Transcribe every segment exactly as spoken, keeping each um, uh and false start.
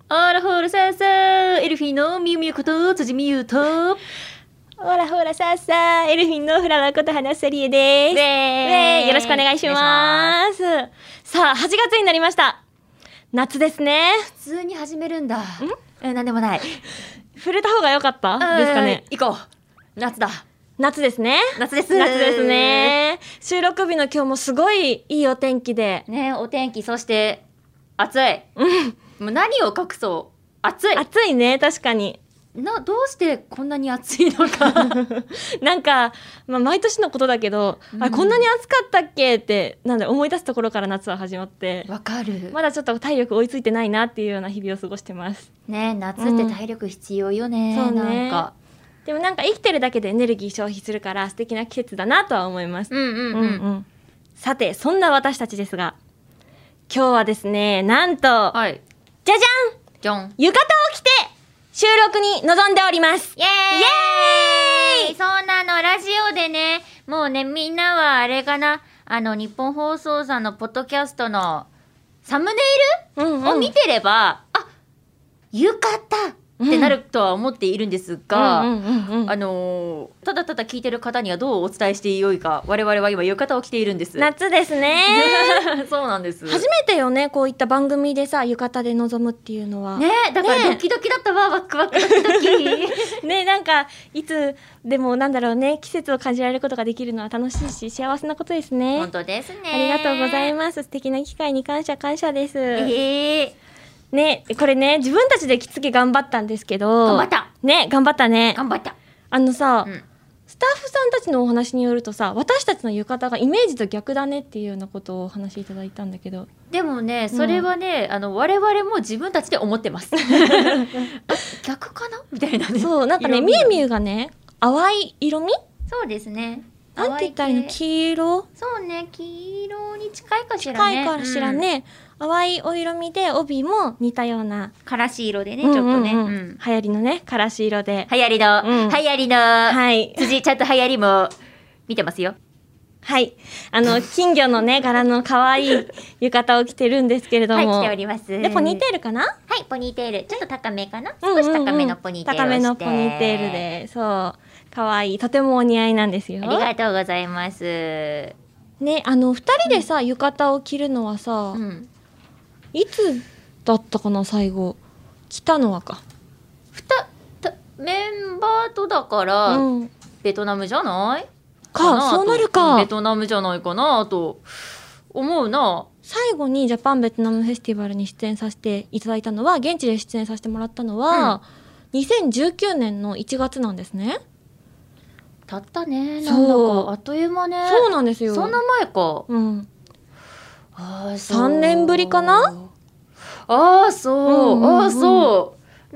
あらほらさあさあ、エルフィンのみゆみゆこと辻みゆと、 ほらほらさあさあ、エルフィンのフラワーこと花さりえです。 ウェーイよろしくお願いします。さあ、はちがつになりました。夏ですね。 普通に始めるんだ。んえ、なんでもない。 触れた方が良かったですかね。 行こう。夏だ。 夏ですね。 夏です。 夏ですね。収録日の今日もすごいいいお天気で。 ね、お天気、そして暑い。 うん。 もう何を隠そう。暑い。 暑いね、確かに。 な、どうしてこんなに暑いのか。 なんか、まあ、毎年のことだけど、うん、あこんなに暑かったっけってなんだ思い出すところから夏は始まって、 わかる。 まだちょっと体力追いついてないなっていうような日々を過ごしてます。 ね、夏って体力必要よね。うん、そうね。なんかでもなんか生きてるだけでエネルギー消費するから素敵な季節だなとは思います。 うんうんうん。うんうん、 さてそんな私たちですが、今日はですね、なんと、 はい、 じゃじゃん、 じゃん、 浴衣を着て収録に臨んでおります。 イエーイ、イエーイ。そうなの、ラジオでね、もうね、みんなはあれかな、あの日本放送さんのポッドキャストのサムネイルを見てれば、うんうん、あ、浴衣ってなるとは思っているんですが、あのー、ただただ聞いてる方にはどうお伝えしてよいか、我々は今浴衣を着ているんです。 夏ですね。 そうなんです。 初めてよね、こういった番組でさ浴衣で臨むっていうのはね。だからドキドキだったわ、ワクワクドキドキね。なんかいつでもなんだろうね、季節を感じられることができるのは楽しいし幸せなことですね。 本当ですね。 ありがとうございます。素敵な機会に感謝感謝です。 えーね、これね、自分たちで着付け頑張ったんですけど、 頑張ったね、頑張ったね。 頑張った。 あのさ、うん、スタッフさんたちのお話によるとさ、私たちの浴衣がイメージと逆だねっていうようなことをお話しいただいたんだけど、 でもね、それはね、うん、あの我々も自分たちで思ってます逆かなみたいなね。 そう、なんかね、みゆみゆがね、淡い色味、 そうですね、 なんて言ったらいいの、黄色、 そうね、黄色に近いかしらね、 近いかしらね、うん、淡いお色味で帯も似たようなからし色でね、ちょっとね、うんうんうん、 流行りのねからし色で、 流行りの、うん、流行りの、 はい、 辻ちゃんと流行りも見てますよ。 はい、あの金魚のね柄の可愛い浴衣を着てるんですけれども、 はい、着ております。 でポニーテールかな、 はい、ポニーテールちょっと高めかな、少し高めのポニーテールをして、 高めのポニーテールで、そう可愛い、とてもお似合いなんですよ。 ありがとうございます。ね、 あのふたりでさ、うん、浴衣を着るのはさ、うん、いつだったかな、最後来たのはか、 ふたたメンバーとだから、うん、ベトナムじゃないか、そうなるか、 ベトナムじゃないかなと思うな。 最後にジャパンベトナムフェスティバルに出演させていただいたのは、現地で出演させてもらったのは、うん、にせんじゅうきゅうねんのいちがつなんですね。 たったね、なんだかあっという間ね。 そうなんですよ。 そんな前か。 うん。ああ、さんねんぶりかな。 ああ、そう、うんうんうん、ああ、そう。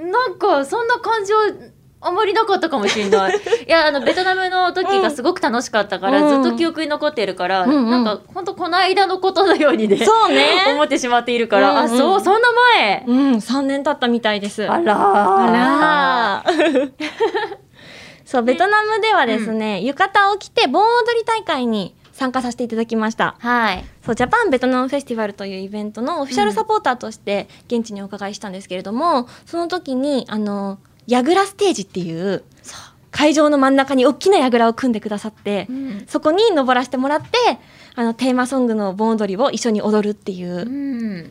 なんかそんな感じはあまりなかったかもしれない。いや、あのベトナムの時がすごく楽しかったから、うん、ずっと記憶に残ってるから、うんうん、なんか本当この間のことのようにね、そうね思ってしまっているから、うんうん、あ、そう、そんな前。 うん、さんねん経ったみたいです。 あらー。 あらー。そう、ベトナムではですね、うん、浴衣を着て盆踊り大会に参加させていただきました。 はい。 そう、ジャパンベトナムフェスティバルというイベントのオフィシャルサポーターとして現地にお伺いしたんですけれども、うん、その時にあのヤグラステージっていう会場の真ん中に大きなヤグラを組んでくださって、うん、そこに登らせてもらって、あのテーマソングの盆踊りを一緒に踊るっていう、うん、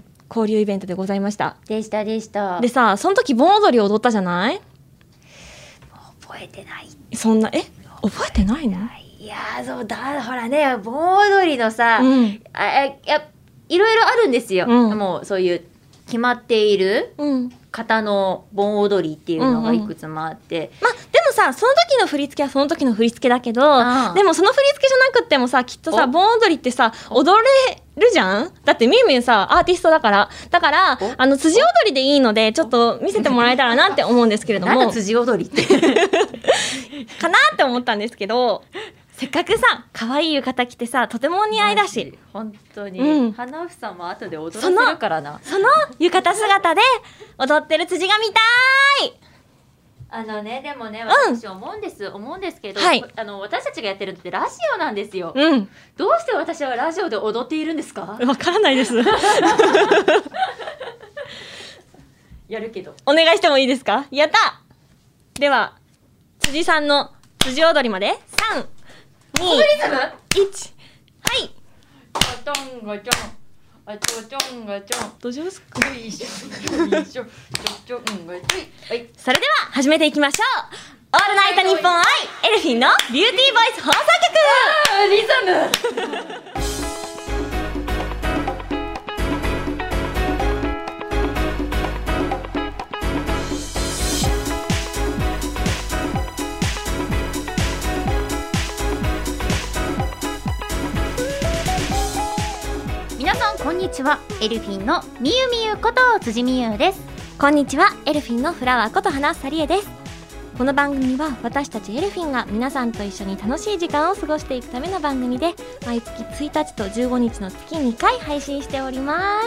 交流イベントでございました。 でしたでした。 でさ、その時盆踊りを踊ったじゃない？ 覚えてない。 そんな、え、覚えてないの？ いやー、そうだ、ほらね、盆踊りのさ、うん、あやいろいろあるんですよ、うん、もうそういう決まっている方の盆踊りっていうのがいくつもあって、うんうん、 まあでもさ、その時の振り付けはその時の振り付けだけど、でもその振り付けじゃなくってもさ、きっとさ、盆踊りってさ踊れるじゃん。だってみゆみゆさアーティストだからだからあの辻踊りでいいので、ちょっと見せてもらえたらなって思うんですけれどもなんだ辻踊りってかなって思ったんですけど、せっかくさ可愛い浴衣着てさ、とてもお似合いだし、 本当に、うん、花房さんも後で踊らせるからな。 その、その浴衣姿で踊ってる辻が見たい。 あのね、でもね、私思うんです、うん、思うんですけど、はい、あの私たちがやってるのってラジオなんですよ、うん、どうして私はラジオで踊っているんですか？ わからないです。いやるけど。 お願いしてもいいですか？やった。では辻さんの辻踊りまでさん、に、いち。はい。 ガチョンガチョン。あちょちょんがちょん。 どうしますか？ よいしょよいしょ。ちょちょんがちょい。はい。 それでは始めていきましょう。オールナイトニッポンアイエルフィンのビューティーボイス放送局。 リズム。皆さんこんにちは。エルフィンのみゆみゆこと辻みゆです。 こんにちは。エルフィンのフラワーこと花さりえです。この番組は私たちエルフィンが皆さんと一緒に楽しい時間を過ごしていくための番組で、毎月ついたちとじゅうごにちの月にかい配信しております。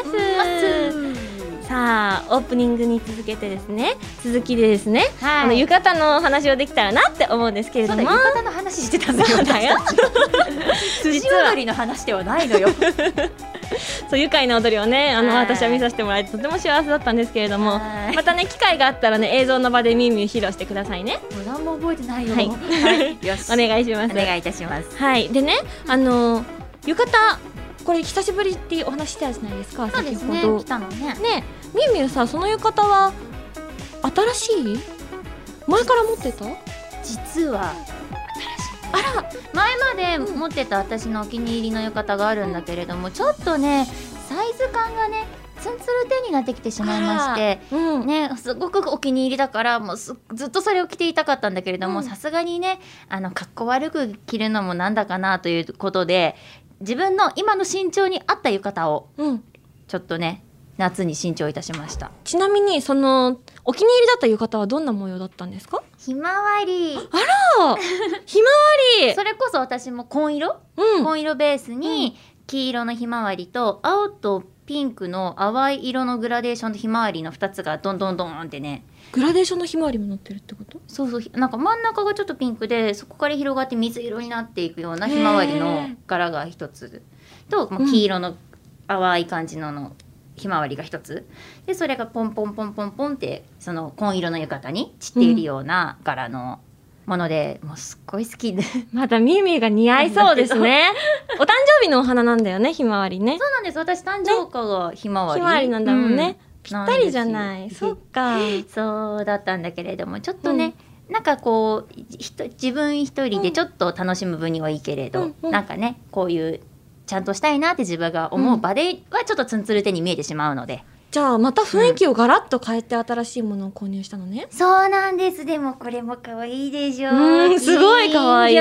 さあオープニングに続けてですね、続きでですね、はい、あの浴衣の話をできたらなって思うんですけれども、 そうだ、浴衣の話してたんだよ。 そうだよ。 辻踊りの話ではないのよ。 そう、愉快な踊りをね、あの私は見させてもらえてとても幸せだったんですけれども、またね機会があったらね映像の場でみゆみゆ披露してくださいね。 もう何も覚えてないよ。 はい、はい、よしお願いします。 お願いいたします。 はい。でね、あの浴衣これ久しぶりっていうお話したじゃないですか。 そうですね、 先ほど来たのね。 ね、みゆみゆさ、その浴衣は新しい？前から持ってた？ 実はあら、 前まで持ってた私のお気に入りの浴衣があるんだけれども、ちょっとねサイズ感がねツンツルテンになってきてしまいまして、うん、ね、すごくお気に入りだからもうすずっとそれを着ていたかったんだけれども、さすがにねあのかっこ悪く着るのもなんだかなということで、自分の今の身長に合った浴衣をちょっとね夏に新調いたしました。 ちなみにそのお気に入りだった浴衣はどんな模様だったんですか？ ひまわり。 あらひまわり。 それこそ私も紺色、うん、紺色ベースに黄色のひまわりと青とピンクの淡い色のグラデーションのひまわりのふたつがどんどんどんってね。 グラデーションのひまわりも乗ってるってこと？ そうそう、なんか真ん中がちょっとピンクで、そこから広がって水色になっていくようなひまわりの柄が一つと、まあ、黄色の淡い感じののひまわりが一つで、それがポンポンポンポンポンってその紺色の浴衣に散っているような柄のもので、もうすっごい好きでまたみゆみゆが似合いそうですね。お誕生日のお花なんだよね、ひまわりね。 そうなんです、私誕生花がひまわり、 ひまわりなんだもんね、うん、ぴったりじゃない。そっかそうだったんだけれども、ちょっとね、うん、なんかこう自分一人でちょっと楽しむ分にはいいけれど、うんうん、なんかねこういうちゃんとしたいなって自分が思う場ではちょっとツンツル手に見えてしまうので、うん、 じゃあまた雰囲気をガラッと変えて新しいものを購入したのね。 そうなんです。でもこれも可愛いでしょ。 うん、すごい可愛いね。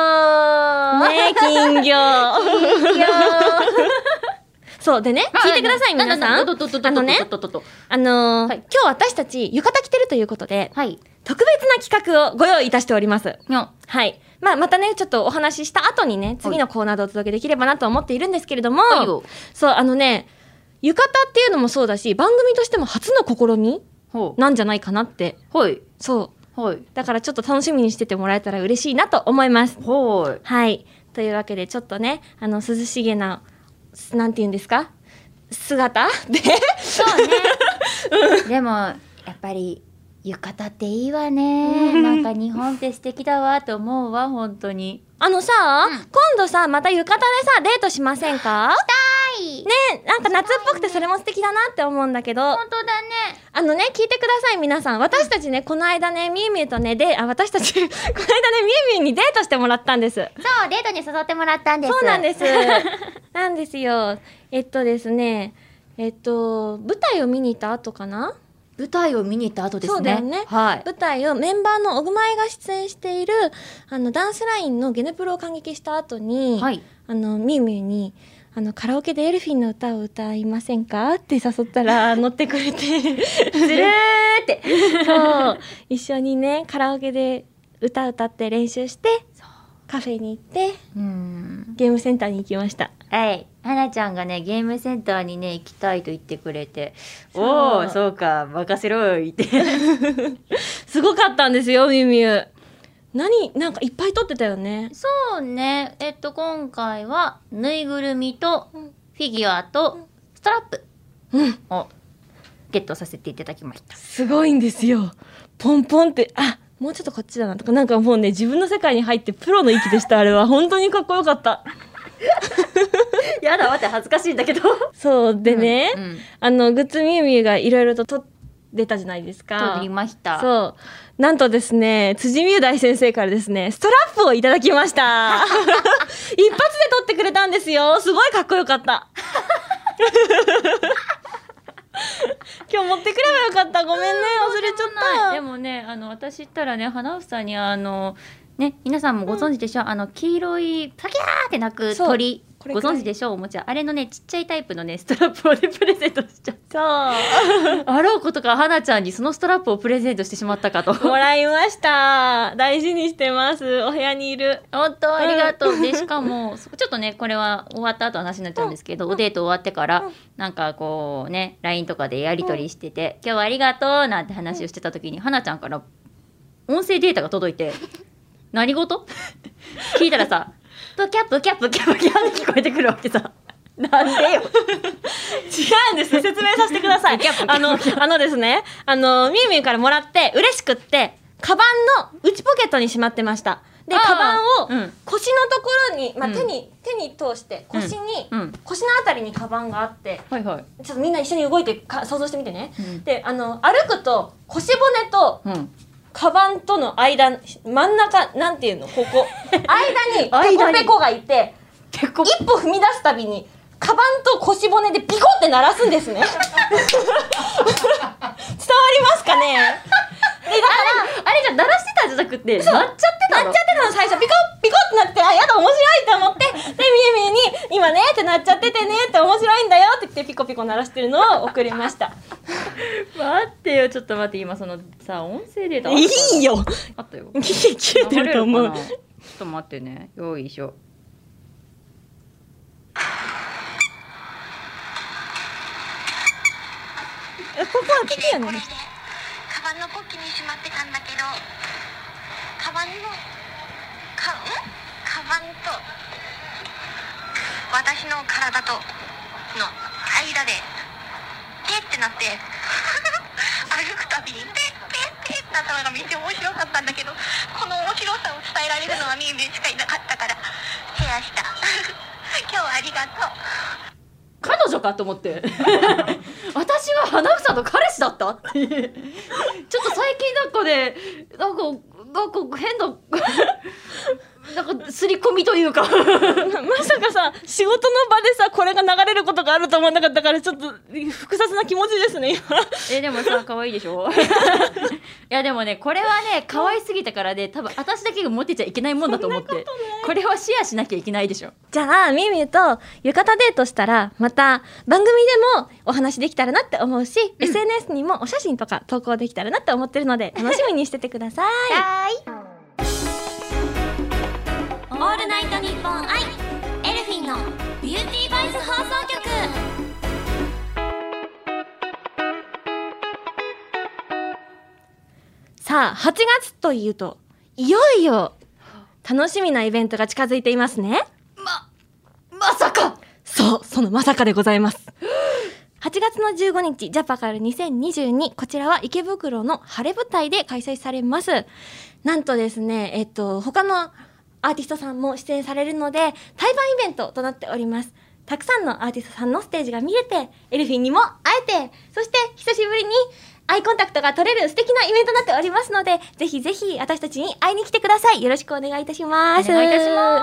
金魚金魚そうでね、聞いてください皆さん。あのね、あのーはい、今日私たち浴衣着てるということで、はい、特別な企画をご用意いたしております。はい、まあ、またねちょっとお話しした後にね次のコーナーでお届けできればなと思っているんですけれども、はい、そうあのね浴衣っていうのもそうだし、番組としても初の試みなんじゃないかなって。はい、そう、はい、だからちょっと楽しみにしててもらえたら嬉しいなと思います。はい、はい、というわけでちょっとねあの涼しげななんていうんですか姿でそうねでもやっぱり浴衣っていいわね。なんか日本って素敵だわと思うわ本当に。あのさ、うん、今度さまた浴衣でさデートしませんか？したいね。なんか夏っぽくてそれも素敵だなって思うんだけど。本当だね。あのね聞いてください皆さん。私たちねこの間ねみゆみゆとねであ私たちこの間ねみゆみゆにデートしてもらったんです。そうデートに誘ってもらったんです。そうなんですなんですよ。えっとですねえっと舞台を見に行った後かな。舞台を見に行った後ですね。そうだよね、はい、舞台をメンバーのおぐまいが出演しているあのダンスラインのゲネプロを感激した後に、はい、あのみゆみゆにあのカラオケでエルフィンの歌を歌いませんかって誘ったら乗ってくれてずるーってそう一緒にねカラオケで歌歌って練習してカフェに行ってうんゲームセンターに行きました。はい、はなちゃんがねゲームセンターにね行きたいと言ってくれて、おおそうか任せろいってすごかったんですよみゆみゆ。何なんかいっぱい撮ってたよね。そうね、えっと今回はぬいぐるみとフィギュアとストラップ、うん、をゲットさせていただきました。 すごいんですよ。ポンポンって、あ、もうちょっとこっちだなとか、なんかもうね、自分の世界に入ってプロの域でした。あれは本当にかっこよかった。 やだ、待って、恥ずかしいんだけど。 そうでね、 うんうん、 あのグッズみゆみゆがいろいろと撮ってたじゃないですか。 撮りました。 そう、なんとですね、辻美優大先生からですね、ストラップをいただきました。一発で撮ってくれたんですよ。すごいかっこよかった。今日持ってくればよかった。ごめんね、忘れちゃった。 でもね、あの私言ったらね、花房にあのね、皆さんもご存知でしょ、うん、あの黄色いパキャーって鳴く鳥、ご存知でしょ、おもちゃ。あれのね、ちっちゃいタイプのね、ストラップをね、プレゼントしちゃった。そうあろうことか花ちゃんにそのストラップをプレゼントしてしまったかと。 もらいました。大事にしてます。お部屋にいる。 本当ありがとう、うん、でしかもちょっとね、これは終わった後話になっちゃうんですけど、うん、おデート終わってから、うん、なんかこうね ライン とかでやり取りしてて、うん、今日はありがとうなんて話をしてた時に、花ちゃんから音声データが届いて何事聞いたらさ、プキャプキャプキャプキャって聞こえてくるわけさ。なんでよ。違うんです。説明させてください。あのあのですね、あのみゆみゆからもらって嬉しくって、カバンの内ポケットにしまってました。でカバンを腰のところに、まあ、手に、うん、手に通して腰に、うんうん、腰のあたりにカバンがあって、はいはい、ちょっとみんな一緒に動いてか想像してみてね、うん、であの歩くと腰骨と、うんカバンとの間、真ん中、なんていうの、ここ間にペコペコがいて、一歩踏み出すたびにカバンと腰骨でピコって鳴らすんですね。伝わりますかね。でだからあれじゃ鳴らしてたんじゃなくて鳴っちゃってたの鳴っちゃってたの。最初ピコピコってなって、あ、やだ面白いと思って、でみゆみゆに今ねってなっちゃっててねって面白いんだよって言ってピコピコ鳴らしてるのを送りました。 待ってよ、ちょっと待って、今そのさ音声データいいよ、 あったよ。 消えてると思う。 ちょっと待ってね、よいしょ。 ここは聞きやね。 カバンのポッケにしまってたんだけど、カバンのかんカバンと私の体との間でペッってなって歩くたびにペッペッペッってなったのがめっちゃ面白かったんだけど、この面白さを伝えられるのはみゆみゆしかいなかったからシェアした。今日はありがとう。 彼女かと思って私は花房の彼氏だったっていうちょっと最近なんかね、なんかなんか変ななんか刷り込みというかまさかさ仕事の場でさこれが流れることがあると思わなかったから、ちょっと複雑な気持ちですね今。 えでもさ可愛いでしょいやでもね、これはね可愛すぎたからね、多分私だけが持ってちゃいけないもんだと思って、 こ, これはシェアしなきゃいけないでしょ。 じゃあみゆみゆと浴衣デートしたらまた番組でもお話できたらなって思うし、うん、エスエヌエス にもお写真とか投稿できたらなって思ってるので楽しみにしててください。 はい。 オールナイトニッポン愛エルフィンのビューティーバイス放送局。 さあはちがつというといよいよ楽しみなイベントが近づいていますね。 ままさか。 そう、そのまさかでございます。はちがつのじゅうごにちジャパカルにせんにじゅうに、こちらは池袋の晴れ舞台で開催されます。なんとですね、えっと他のアーティストさんも出演されるので対バンイベントとなっております。たくさんのアーティストさんのステージが見れて、エルフィンにも会えて、そして久しぶりにアイコンタクトが取れる素敵なイベントになっておりますので、ぜひぜひ私たちに会いに来てください。よろしくお願いいたします。 お願いいたします。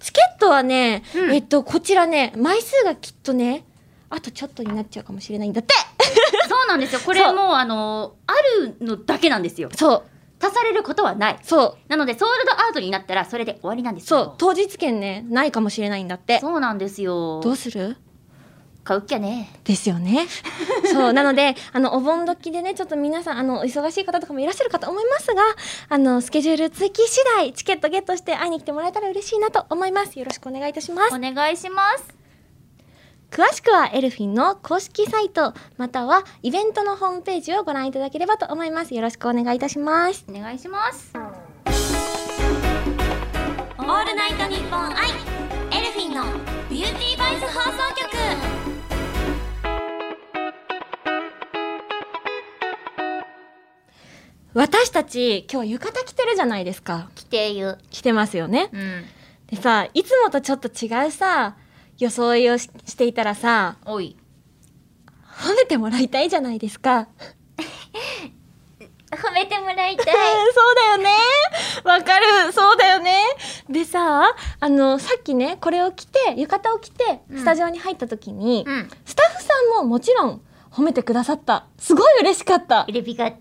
チケットはね、うん、えっとこちらね枚数がきっとねあとちょっとになっちゃうかもしれないんだって。 そうなんですよ。これもうあのあるのだけなんですよ。 そう足されることはない。 そうなのでソールドアウトになったらそれで終わりなんですよ。 そう、当日券ねないかもしれないんだって。 そうなんですよ。 どうする？ 買うっきゃね。 ですよね。そうなのであのお盆時でねちょっと皆さんあのお忙しい方とかもいらっしゃるかと思いますが、あのスケジュールつき次第チケットゲットして会いに来てもらえたら嬉しいなと思います。よろしくお願いいたします。 お願いします。 詳しくはエルフィンの公式サイトまたはイベントのホームページをご覧いただければと思います。よろしくお願いいたします。 お願いします。 オールナイトニッポン愛エルフィンのビューティーバイス放送局。 私たち今日は浴衣着てるじゃないですか。 着ている。 着てますよね。 うん。 でさ、いつもとちょっと違うさ装いを し, していたらさ、 おい。 褒めてもらいたいじゃないですか。 褒めてもらいたい。 そうだよね。わかる。そうだよね。でさ、あのさっきねこれを着て浴衣を着てスタジオに入った時に、 うん。 スタッフさんももちろん褒めてくださった。すごい嬉しかった。 うれしかった。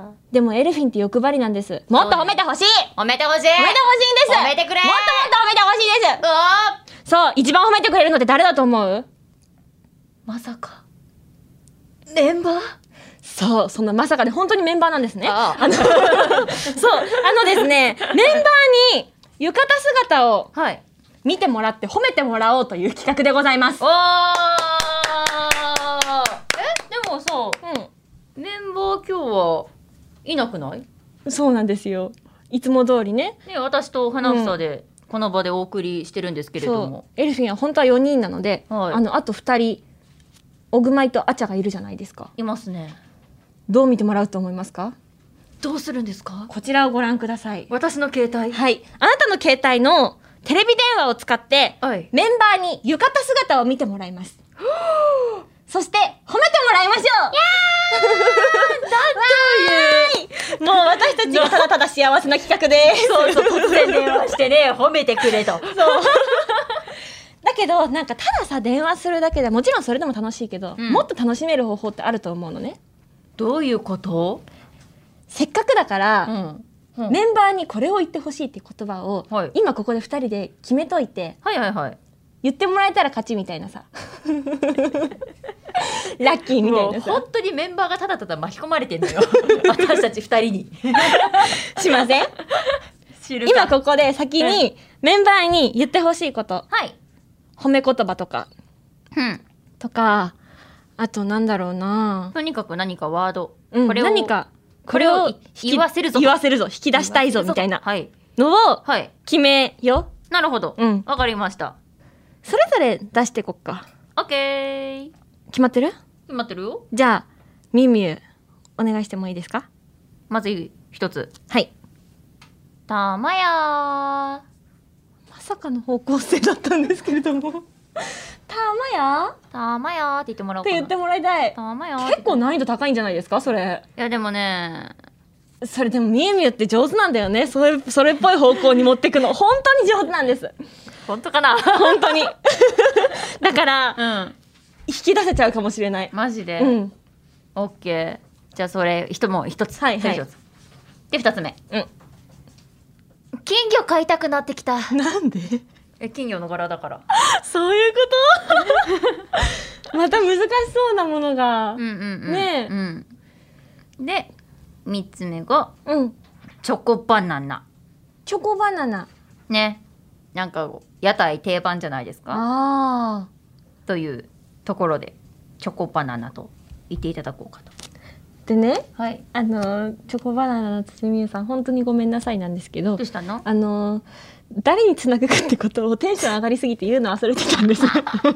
でもエルフィンって欲張りなんです。もっと褒めてほしい。 褒めてほしい。 褒めてほしいんです。 褒めてくれ。 もっともっと褒めてほしいです。 うわそう、一番褒めてくれるのって誰だと思う？ まさか。メンバー？ そう、そんなまさかで本当にメンバーなんですね。 あああのそう、あのですね、メンバーに浴衣姿をはい。 見てもらって褒めてもらおうという企画でございます。 おーえ、でもさ、 うメンバー今日はいなくない？ ん、そうなんですよ。いつも通りね。 ね、私と花房でこの場でお送りしてるんですけれども。 そう、エルフィンは本当はよにんなので、 はいあのあとふたり、オグマイとアチャがいるじゃないですか。 いますね。 どう見てもらうと思いますか？ どうするんですか？ こちらをご覧ください。 私の携帯。 はい、あなたの携帯のテレビ電話を使って、 はい。 メンバーに浴衣姿を見てもらいます。そして褒めてもらいましょう。だという、もう私たちがただただ幸せな企画です。 そうそう、突然電話してね、褒めてくれと。そう。 だけどなんかたださ電話するだけでもちろんそれでも楽しいけど、 うんもっと楽しめる方法ってあると思うのね。 どういうこと？ せっかくだから、 ん。うん、 メンバーにこれを言ってほしいっていう言葉を、 はい今ここでふたりで決めといてはいはいはい。 言ってもらえたら勝ちみたいなさラッキーみたいもうなさ本当にメンバーがただただ巻き込まれてんのよ。私たちふたりに。 しません？ 知るか今ここで先にメンバーに言ってほしいこと、 はい。 褒め言葉とかうん。 とか、あとなんだろうな、 とにかく何かワード。 うん、 これを何かこれを引き言わせるぞと言わせるぞ引き出したいぞみたいなはい。 のをはい。 決めよ。 なるほど。 うんわかりました。 それぞれ出してこっか。 オッケー。 決まってる？ 決まってるよ。 じゃあみゆみゆお願いしてもいいですか？ まず一つ。 はい。 たまやまさかの方向性だったんですけれどもたまやー。たまやーって言ってもらおうかな。 って言ってもらいたい。 たまやーって結構難易度高いんじゃないですかそれ。 いやでもね、 それでもみゆみゆって上手なんだよね。それそれっぽい方向に持っていくの本当に上手なんです。 本当かな。 本当にだからうん。 引き出せちゃうかもしれない。 マジで。 うんオッケー。じゃあそれ一もう一つ。 はいはいそれ一つで二つ目。 うん。 金魚飼いたくなってきた。 なんで？ え、金魚の柄だから。 そういうことまた難しそうなものが。 うんうんうん。 ねえうん。で三つ目がうん。 チョコバナナ。 チョコバナナ。 ね。なんか屋台定番じゃないですか。 ああ。 というところでチョコバナナと言っていただこうかと。 でね、 はい。 あのチョコバナナの辻美優さん本当にごめんなさいなんですけどどう、したの？ あの誰につなぐかってことをテンション上がりすぎて言うの忘れてたんです。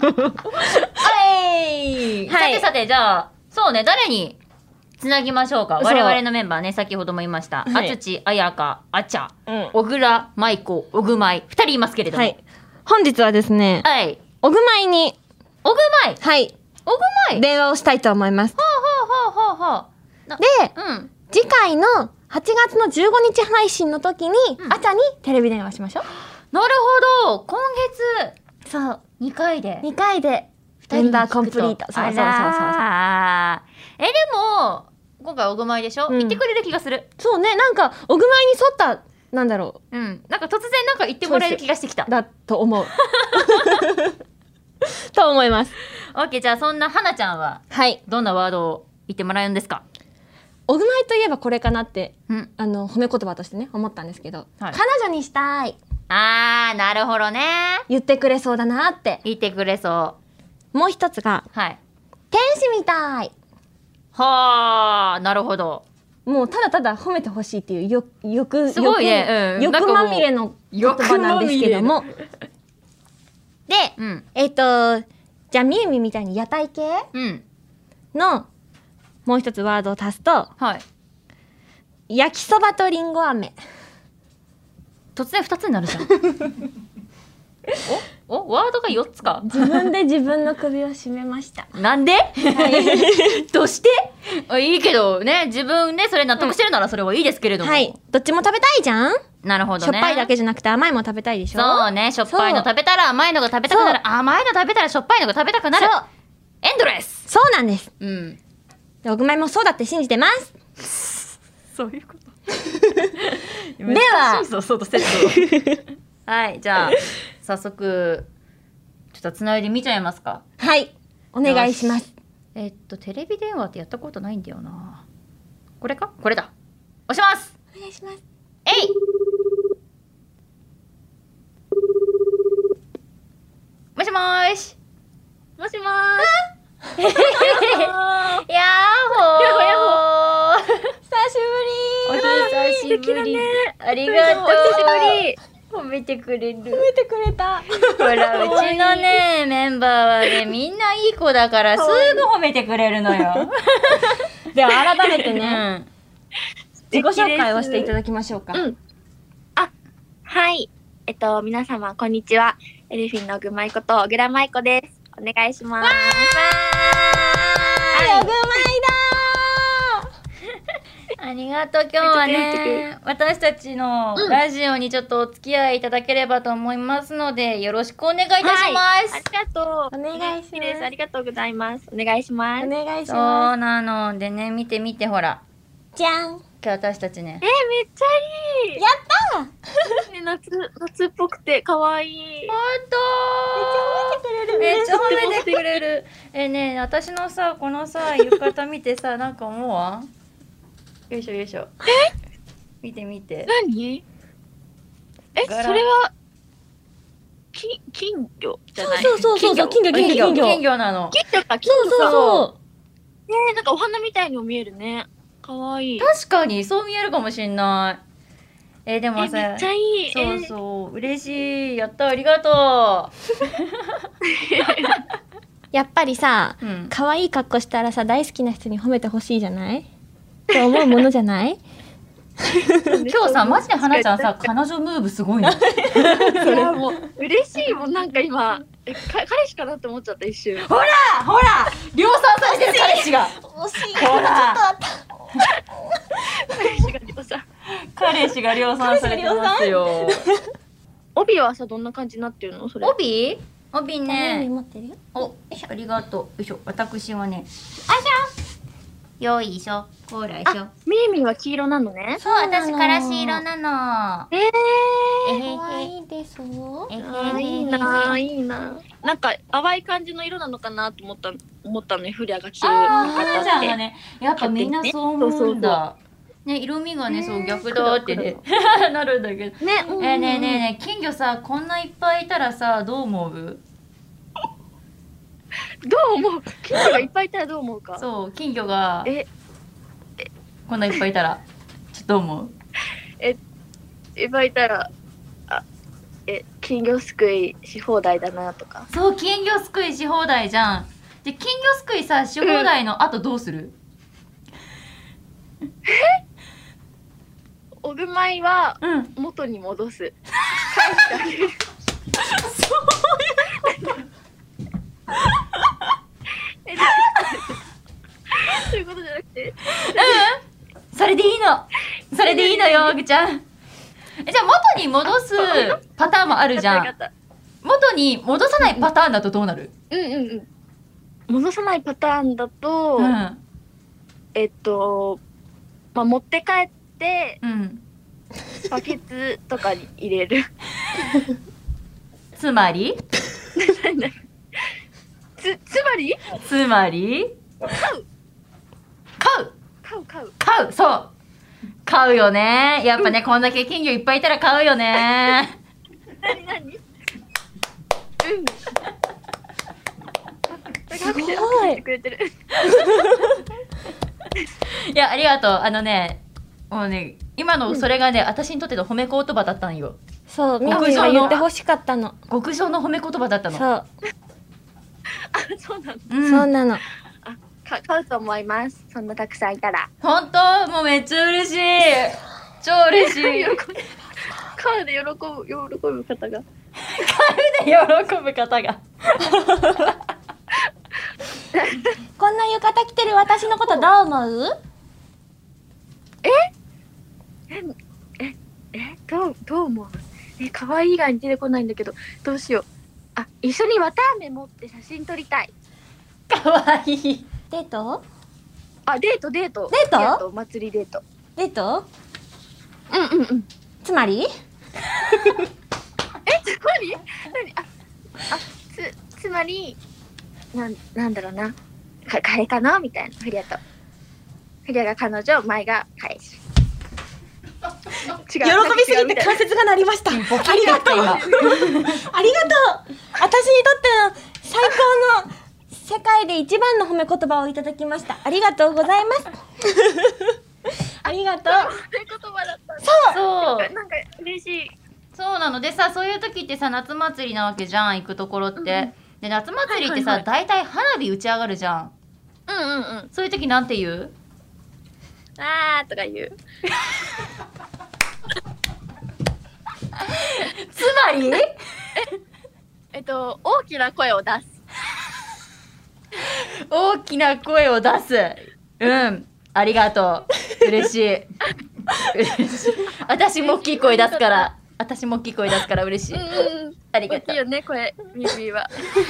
はい。 はいさてさて、じゃあそうね、誰につなぎましょうか。 そう我々のメンバーね、先ほども言いました。 はいあつち、あやか、あちゃ、 うん小倉、まいこ、おぐまい、二人いますけれども。 はい。本日はですね、 はい。 おぐまいに、 おぐまい、 はい、 おぐまい。 電話をしたいと思います。 ほうほうほうほうほう。なで、 うん。 次回のはちがつのじゅうごにち配信の時に、 うんあちゃにテレビ電話しましょう。 なるほど。今月そう。 にかいでにかいで、メンバーコンプリート。そうそうそうそう。 あらーえ、でも今回おぐまいでしょ、 うん言ってくれる気がする。 そうね、なんか、おぐまいに沿った、なんだろうん。なんか突然なんか言ってもらえる気がしてきたう、。だと思う。と思います。 オッケー、じゃあそんなはなちゃんははい。 どんなワードを言ってもらえるんですか？ おぐまいといえばこれかなって、 うん。 あの、褒め言葉としてね、思ったんですけど、 はい彼女にしたい。 あー、なるほどね。 言ってくれそうだなって。 言ってくれそもう一つが、 う。はい。 天使みたい。 はー、なるほど。 もうただただ褒めてほしいっていうよ欲すごいねうん欲欲まみれの言葉なんですけども、で、 うん。 えっ、とじゃあみゆみみたいに屋台系うん。 のもう一つワードを足すと、 はい。 焼きそばとりんご飴。 突然ふたつになるじゃん。おおワードがよっつか。 自分で自分の首を絞めました。 なんで、はい、どうしてあいいけどね、自分ねそれ納得してるならそれはいいですけれども、 はい、どっちも食べたいじゃん。 なるほどね。 しょっぱいだけじゃなくて甘いも食べたいでしょ。 そうね、しょっぱいの食べたら甘いのが食べたくなる、甘いの食べたらしょっぱいのが食べたくなる。そうエンドレス。 そうなんです。 うん。 でおぐまいもそうだって信じてます。 そういうことではそうそうとセットはいじゃあ早速ちょっとつないでみちゃいますか。 はいお願いします。 えっとテレビ電話ってやったことないんだよな。これかこれだ。押します。 お願いします。 えいもしもーし。 もしもーし。 やっほーやっほー久しぶり。 お久しぶり。ありがとう。 お久しぶり。 褒めてくれる。 褒めてくれた。 ほらうちのねメンバーはねみんないい子だからすぐ褒めてくれるのよ。 では改めてね、 うん、 自己紹介をしていただきましょうか。 うん、あはいえっと皆様こんにちは。エルフィンのぐまいこと小倉舞子です。お願いします。 はい、おぐまいだありがとう。今日はね私たちのラジオにちょっとお付き合いいただければと思いますので、うん、よろしくお願いいたします、 はい、ありがとう。 お願いします。 ありがとうございます。お願いします。 お願いします。 そうなのでね見て見てほらじゃん。 今日私たちねえー、めっちゃいい。 やったーね、夏夏っぽくて可愛い。 ほんとーめっちゃ褒めてくれる。えねえ私のさこのさ浴衣見てさなんか思うわ。よいしょよいしょ。え見て見て。 何？えそれはき金魚じゃない？ そうそうそうそう金魚金魚金魚金魚なの。 金魚か金魚か。 そうそうねえなんかお花みたいにも見えるね。可愛い。 確かにそう見えるかもしんない。えー、でもさめっちゃいい。 そうそう嬉しい。やったありがとう。やっぱりさ、 うん、 可愛い格好したらさ大好きな人に褒めてほしいじゃないって思うものじゃない？ 今日さマジで花ちゃんさ彼女ムーブすごいね。 いやもう嬉しいもん。なんか今えか彼氏かなって思っちゃった一瞬。 ほらほら量産されてる彼氏が。 惜しい。 ほら彼氏が量産。 彼氏が量産されてますよ。 帯はさどんな感じになってるのそれ？ 帯？帯ね。 持ってるよ。 おありがとう。よいしょ私はね。あいしょ。よいしょ。こらいしょ。 みーみーは黄色なのね。 そう私からし色なの。 ええー、可愛いです。 えー、いいな、いいな。なんか淡い感じの色なのかなと思った思ったのね。フリアが着る。 ああ、花ちゃんがね、やっぱみんなそう思うんだ。ね、色味がね、そう逆だってね、なるんだけど。ね、えー、ねえねえねえ、金魚さ、こんないっぱいいたらさ、どう思う？ どう思う？金魚がいっぱいいたらどう思うか。 そう、金魚がえこんないっぱいいたら、ちょっとどう思う？ え、いっぱいいたら、あ、え、金魚すくいし放題だなとか。 そう、金魚すくいし放題じゃん。で、金魚すくいさ、し放題の後どうする？ うん、え？おぐまいは元に戻す。うん、返してあげる。そういうことじゃなくて。 うん。それでいいの。それでいいのよ、おぐちゃん。え、じゃあ元に戻すパターンもあるじゃん。元に戻さないパターンだとどうなる？ うんうんうん。戻さないパターンだと、うん、えっと、まあ、持って帰って、うん、バケツとかに入れる。 つまりつ、つまりつまり買う買う買う買う買うそう買うよね。やっぱね、うん、こんだけ金魚いっぱいいたら買うよね。 なになにうんすごいいや、ありがとう。あのね、もうね、今のそれがね、うん、私にとっての褒め言葉だったんよ。 そう、みーみーが言ってほしかったの。 極上の褒め言葉だったの。 そう。 あ、そうなの、 うん、そうなの。 あ、 か買うと思います。そんなたくさんいたら。 本当もうめっちゃ嬉しい。超嬉しい。 買うで喜ぶ喜ぶ方が。 買うで喜ぶ方が。 こんな浴衣着てる私のことどう思う？ ええどうどう思う？え可愛い以外に出てこないんだけどどうしよう。あ一緒に綿あめ持って写真撮りたい。 かわいい。 デート？ あデートデートデートお祭りデート。 デート？ うんうんうん。 つまり？ えつまり何ああつつまりなんなんだろうなか彼かなみたいなフリアとフリアが彼女前が彼氏。 喜びすぎて関節が鳴りました。ありがとう。ありがとう。私にとっての最高の世界で一番の褒め言葉をいただきました。ありがとうございます。ありがとう。 そういう言葉だったんだ。 そうなんか嬉しい。 そうなのでさ、そういう時ってさ、夏祭りなわけじゃん、行くところって。うん、で夏祭りってさ、大体、はいはい、花火打ち上がるじゃん。 うんうんうん。 そういう時なんて言う？ あーとか言う。 つまりええっと大きな声を出す。 大きな声を出す。うん、ありがとう。嬉しい。嬉しい。私も大きい声出すから。私も大きい声出すから嬉しい。 うん、 ありがとう。 大きいよね声、ミビーは。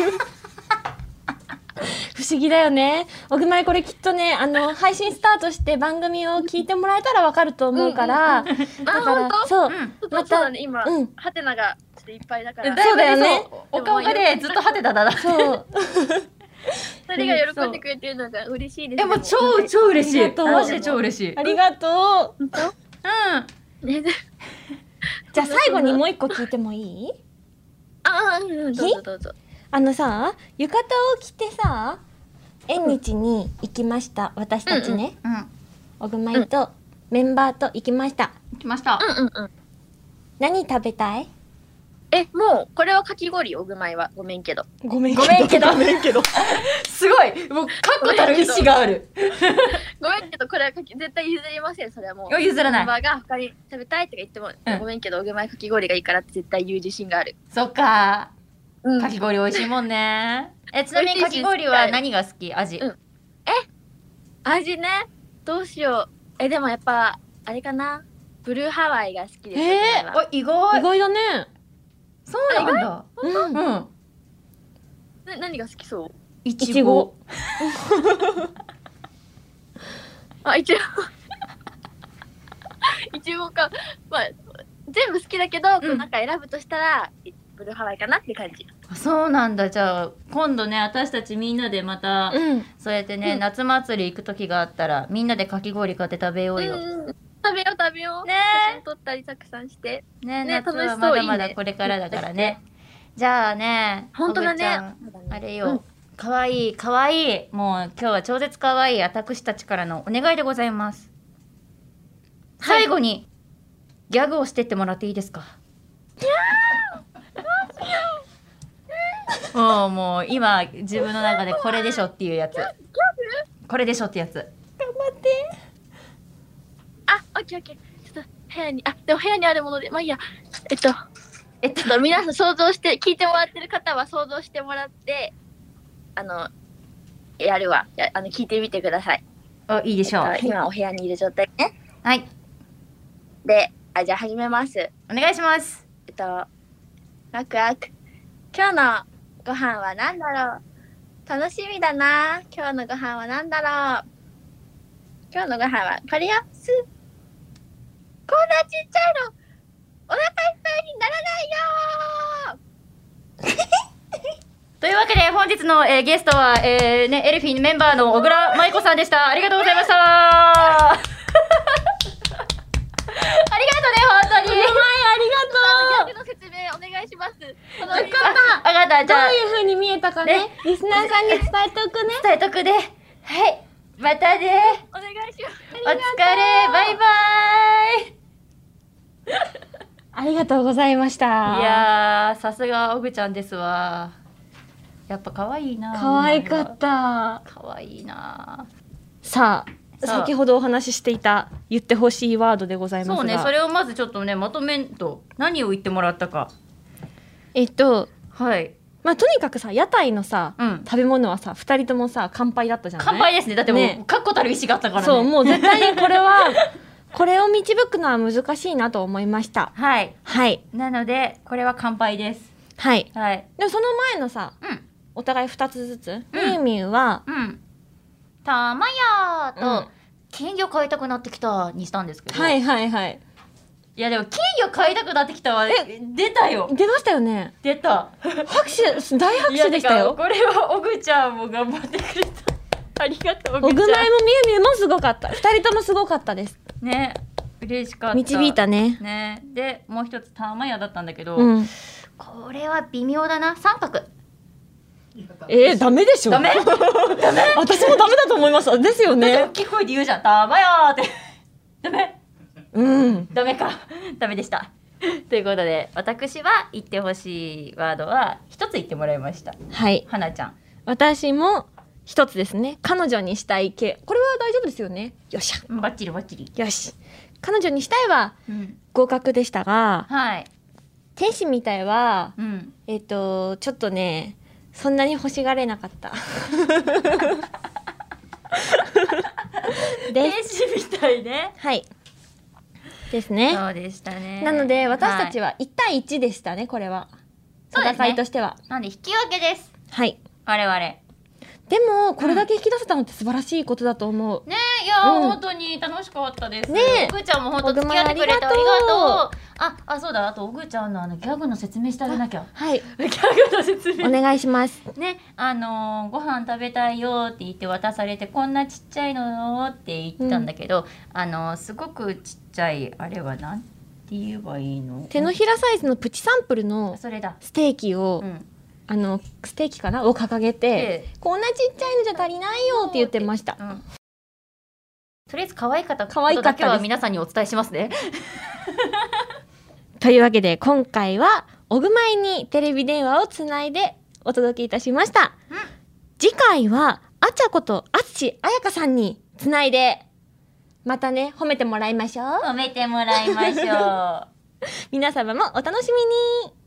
不思議だよね。おぐまいこれきっとね、あの配信スタートして番組を聞いてもらえたらわかると思うから、だからそう、 またね今ハテナがちょっといっぱいだから。 そうだよね。 お顔がねずっとハテナだな。そう。 それが喜んでくれてるのが嬉しいです。 えもう超超嬉しい。マジで超嬉しい。 ありがとう。 うん。 じゃあ最後にもう一個聞いてもいい？ ああ、うん、どうぞどうぞ。 あのさ、浴衣を着てさ、縁日に行きました。私たちね。うん。おぐまいとメンバーと行きました。 行きました。 うんうんうん。 何食べたい？ え、もうこれはかき氷おぐまいはごめんけど。 ごめんごめんけど。ごめんけど。すごい。もう確固たる意志がある。 ごめんけどこれはかき絶対譲りません。それはもう。 譲らない。 メンバーが他に食べたいとか言っても、うん、ごめんけどおぐまいかき氷がいいからって絶対言う自信がある。 そっか。うん、かき氷美味しいもんね。え、ちなみにかき氷は何が好き？味。うん、 え、味ね。どうしよう。え、でもやっぱあれかな。ブルーハワイが好きです。 えー、意外。 意外だね。 そうなんだ。 うん。うん。 な何が好きそう？ いちご。 あ、いちご。いちごか。まあ全部好きだけど、うん、なんか選ぶとしたらブルーハワイかなって感じ。 そうなんだ。じゃあ今度ね私たちみんなでまた、うん、そうやってね、うん、夏祭り行く時があったらみんなでかき氷買って食べようよ。 うん、食べよう食べよう。ね。写真撮ったりたくさんして。 ね、ね、夏はまだまだこれからだからね。いいねじゃあね、 本当だね。 あれよ。かわいいかわいい。もう今日は超絶かわいい私たちからのお願いでございます。はい、最後にギャグをしてってもらっていいですか？もうもう今自分の中でこれでしょっていうやつ。これでしょってやつ。頑張って。 あ、オッケーオッケー。ちょっと部屋にあでも部屋にあるものでまあいいや。えっとえっと皆さん想像して聞いてもらってる方は想像してもらってあのやるわやあの聞いてみてください。 おいいでしょう。 えっと、今お部屋にいる状態ね。 はい。 で、あじゃあ始めます。 お願いします。 えっとワクワク今日のご飯は何だろう。楽しみだな。今日のご飯は何だろう。今日のご飯はこれよ。すこんなちっちゃいのお腹いっぱいにならないよというわけで本日の、えー、ゲストは、えーね、エルフィンメンバーの小倉舞子さんでした。ありがとうございましたありがとうね本当に。 お前ありがとう。 逆の説明お願いします。 分かった。 分かった。じゃあどういう風に見えたかね、ねリスナーさんに伝えておくね。 伝えとくで。はい。またね。 お願いします。 お疲れ。バイバイ。 ありがとうございました。 いやーさすがおぐちゃんですわ。いやっぱ可愛いな。 可愛かった。 可愛いな。 さあ、先ほどお話ししていた言ってほしいワードでございますが、 そうね、それをまずちょっとねまとめんと、何を言ってもらったか。 えっとはいまあとにかくさ、屋台のさ、 うん、 食べ物はさふたりともさ乾杯だったじゃない。 乾杯ですね。だってもう、 ね、 確固たる意志があったからね。 そう、もう絶対にこれはこれを導くのは難しいなと思いました。 はいはいなのでこれは乾杯です。 はいはい。 でもその前のさ、 うん、 お互いふたつずつ、 うん、 みゆみゆは、 うん、たまやーと、 うん、 金魚飼いたくなってきたにしたんですけど、 はいはいはい。 いやでも金魚飼いたくなってきたわ。え出たよ。 出ましたよね。 出た。 拍手、大拍手でしたよ。 これはおぐちゃんも頑張ってくれた。ありがとう。 おぐまいもみゆみゆもすごかった。ふたりともすごかったです。 ね、嬉しかった。 導いたね。 ね、でもう一つたまやだったんだけど、 うん、 これは微妙だな。三角。 えー、ダメでしょ。 ダメ？ダメ？ 私もダメだと思います。ですよね。 大きい声で言うじゃん。たまやーって。ダメ？ うん。 ダメか。ダメでした。ということで私は言ってほしいワードは一つ言ってもらいました。 はい。 はなちゃん。 私も一つですね。彼女にしたい系。これは大丈夫ですよね。よっしゃ。 バッチリバッチリ。 よし。彼女にしたいはうん合格でしたが、 はい。 天使みたいは、 うん、 えっとちょっとね、そんなに欲しがれなかった天使みたいね。 はいですね。 そうでしたね。 なので私たちはいち対いちでしたね。これは戦いとしては、 ね、なんで引き分けです。 はい我々。 でもこれだけ引き出せたのって素晴らしいことだと思う。 ねえ、いや、 うん、 本当に楽しかったです。 ねえ、 おぐちゃんも本当付き合ってくれてありがとう。あ、あ、そうだ、あとおぐちゃんのあのギャグの説明してあげなきゃ。 はい。 ギャグの説明。 お願いします。 ね、あのー、ご飯食べたいよって言って渡されて、こんなちっちゃいのって言ったんだけど、うん、あのー、すごくちっちゃいあれはなんて言えばいいの？ 手のひらサイズのプチサンプルのそれだ。 ステーキを。うん、あのステーキかなを掲げて、こんなちっちゃいのじゃ足りないよって言ってました。うん、 とりあえず可愛かったことだけは皆さんにお伝えしますね。 というわけで今回はおぐまいにテレビ電話をつないでお届けいたしました。うん、次回はあちゃことあつしあやかさんにつないでまたね褒めてもらいましょう。 褒めてもらいましょう。 皆様もお楽しみに。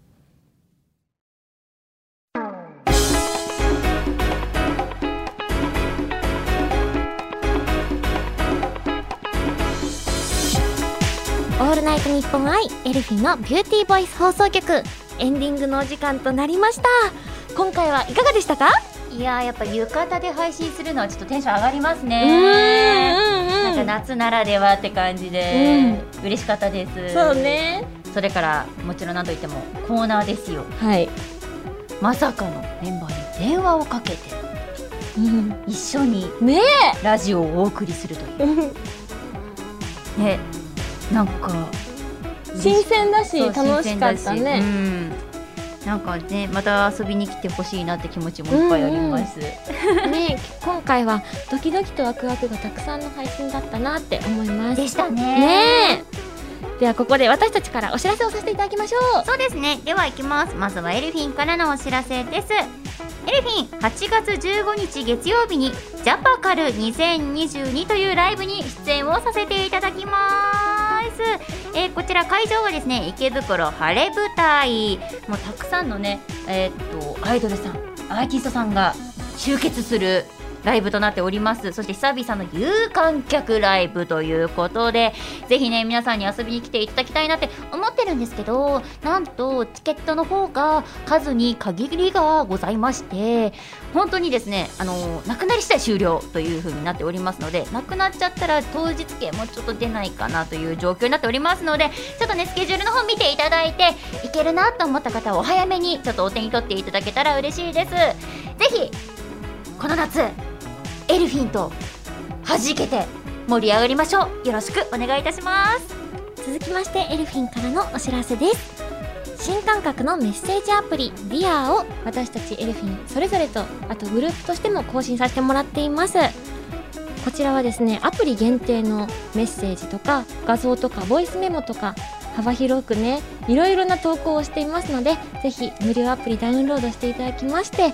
オールナイトニッポンアイエルフィンのビューティーボイス放送局、エンディングのお時間となりました。今回はいかがでしたか？ いやー、やっぱ浴衣で配信するのはちょっとテンション上がりますね。うんうんうん、なんか夏ならではって感じで、うん、嬉しかったです。 そうね。 それからもちろん何といってもコーナーですよ。 はい。 まさかのメンバーに電話をかけて、うん、一緒にねラジオをお送りするという。ね。なんか新鮮だし楽しかったね。うん、 なんかね、また遊びに来てほしいなって気持ちもいっぱいあります。 うんうん、ね、今回はドキドキとワクワクがたくさんの配信だったなって思います。 でしたね。 ね。ではここで私たちからお知らせをさせていただきましょう。 そうですね。では行きます。まずはエルフィンからのお知らせです。エルフィンはちがつじゅうごにち月曜日にジャパカルにせんにじゅうにというライブに出演をさせていただきます。えー、こちら会場はですね、池袋晴れ舞台、もうたくさんのね、えー、っとアイドルさん、アーティストさんが集結するライブとなっております。そして久々の有観客ライブということで、ぜひね皆さんに遊びに来ていただきたいなって思ってるんですけど、なんとチケットの方が数に限りがございまして、本当にですね、あのなくなり次第終了という風になっておりますので、なくなっちゃったら当日券もちょっと出ないかなという状況になっておりますので、ちょっとねスケジュールの方見ていただいて、いけるなと思った方はお早めにちょっとお手に取っていただけたら嬉しいです。ぜひこの夏エルフィンと弾けて盛り上がりましょう。よろしくお願いいたします。 続きましてエルフィンからのお知らせです。新感覚のメッセージアプリディアを私たちエルフィンそれぞれと、あとグループとしても更新させてもらっています。こちらはですね、アプリ限定のメッセージとか画像とかボイスメモとか幅広くね、いろいろな投稿をしていますので、ぜひ無料アプリダウンロードしていただきまして、フ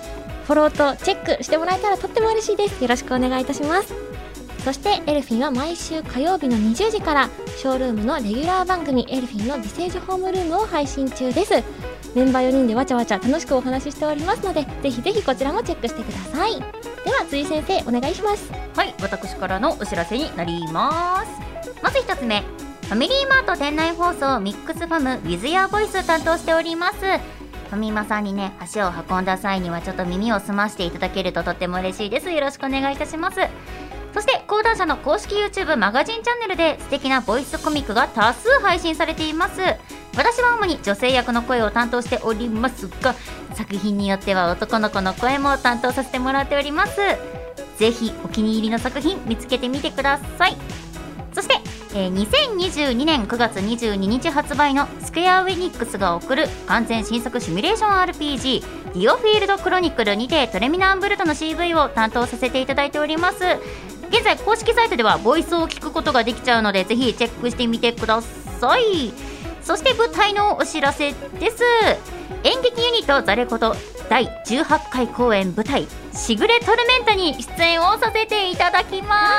フォローとチェックしてもらえたらとっても嬉しいです。よろしくお願いいたします。そしてエルフィンは毎週火曜日のにじゅうじからショールームのレギュラー番組エルフィンの美声女ホームルームを配信中です。メンバーよにんでわちゃわちゃ楽しくお話ししておりますので、ぜひぜひこちらもチェックしてください。では辻先生お願いします。 はい、私からのお知らせになります。まず一つ目、ファミリーマート店内放送ミックスファム With Your Voice 担当しております。ファミマさんにね足を運んだ際にはちょっと耳を澄ましていただけるととっても嬉しいです。よろしくお願いいたします。そして講談社の公式 YouTube マガジンチャンネルで素敵なボイスコミックが多数配信されています。私は主に女性役の声を担当しておりますが、作品によっては男の子の声も担当させてもらっております。ぜひお気に入りの作品見つけてみてください。そして、えー、にせんにじゅうにねんくがつにじゅうににち発売のスクエアウェニックスが送る完全新作シミュレーション アールピージー ディオフィールドクロニクルにてトレミナ・アンブルトの シーブイ を担当させていただいております。現在公式サイトではボイスを聞くことができちゃうので、ぜひチェックしてみてください。そして舞台のお知らせです。演劇ユニットザレコとだいじゅうはちかい公演舞台しぐれトルメンタに出演をさせていただきます。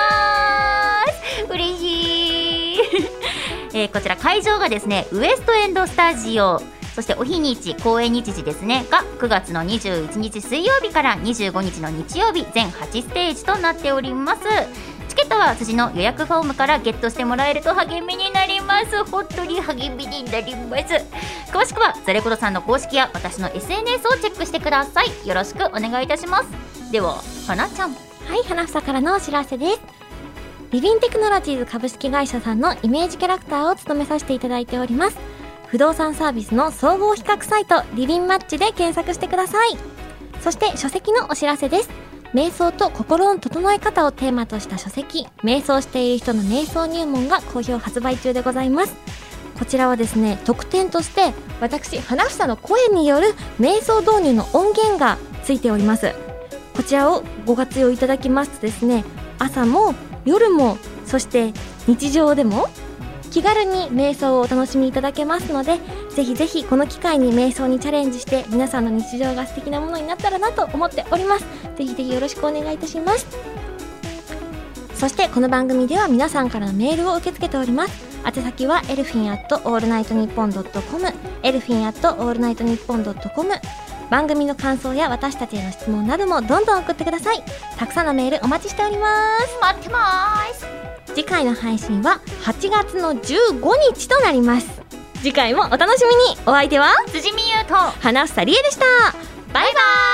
嬉しい、えー、こちら会場がですねウエストエンドスタジオ、そしてお日にち公演日時ですねがくがつのにじゅういちにち水曜日からにじゅうごにちの日曜日全はちステージとなっております。チケットは辻の予約フォームからゲットしてもらえると励みになります。本当に励みになります。詳しくはザレコドさんの公式や私の エスエヌエス をチェックしてください。よろしくお願いいたします。では花ちゃん。 はい、花房からのお知らせです。リビンテクノロジーズ株式会社さんのイメージキャラクターを務めさせていただいております。不動産サービスの総合比較サイトリビンマッチで検索してください。そして書籍のお知らせです。瞑想と心の整え方をテーマとした書籍、瞑想している人の瞑想入門が好評発売中でございます。こちらはですね、特典として私花房の声による瞑想導入の音源がついております。こちらをご活用いただきますとですね、朝も夜もそして日常でも気軽に瞑想をお楽しみいただけますので、ぜひぜひこの機会に瞑想にチャレンジして皆さんの日常が素敵なものになったらなと思っております。ぜひぜひよろしくお願いいたします。そしてこの番組では皆さんからのメールを受け付けております。宛先はエルフィンアットオールナイトニッポンドットコム、エルフィンアットオールナイトニッポンドットコム。番組の感想や私たちへの質問などもどんどん送ってください。たくさんのメールお待ちしております。 待ってます。 次回の配信ははちがつのじゅうごにちとなります。次回もお楽しみに。お相手は辻美優と花房理恵でした。 バイバイ。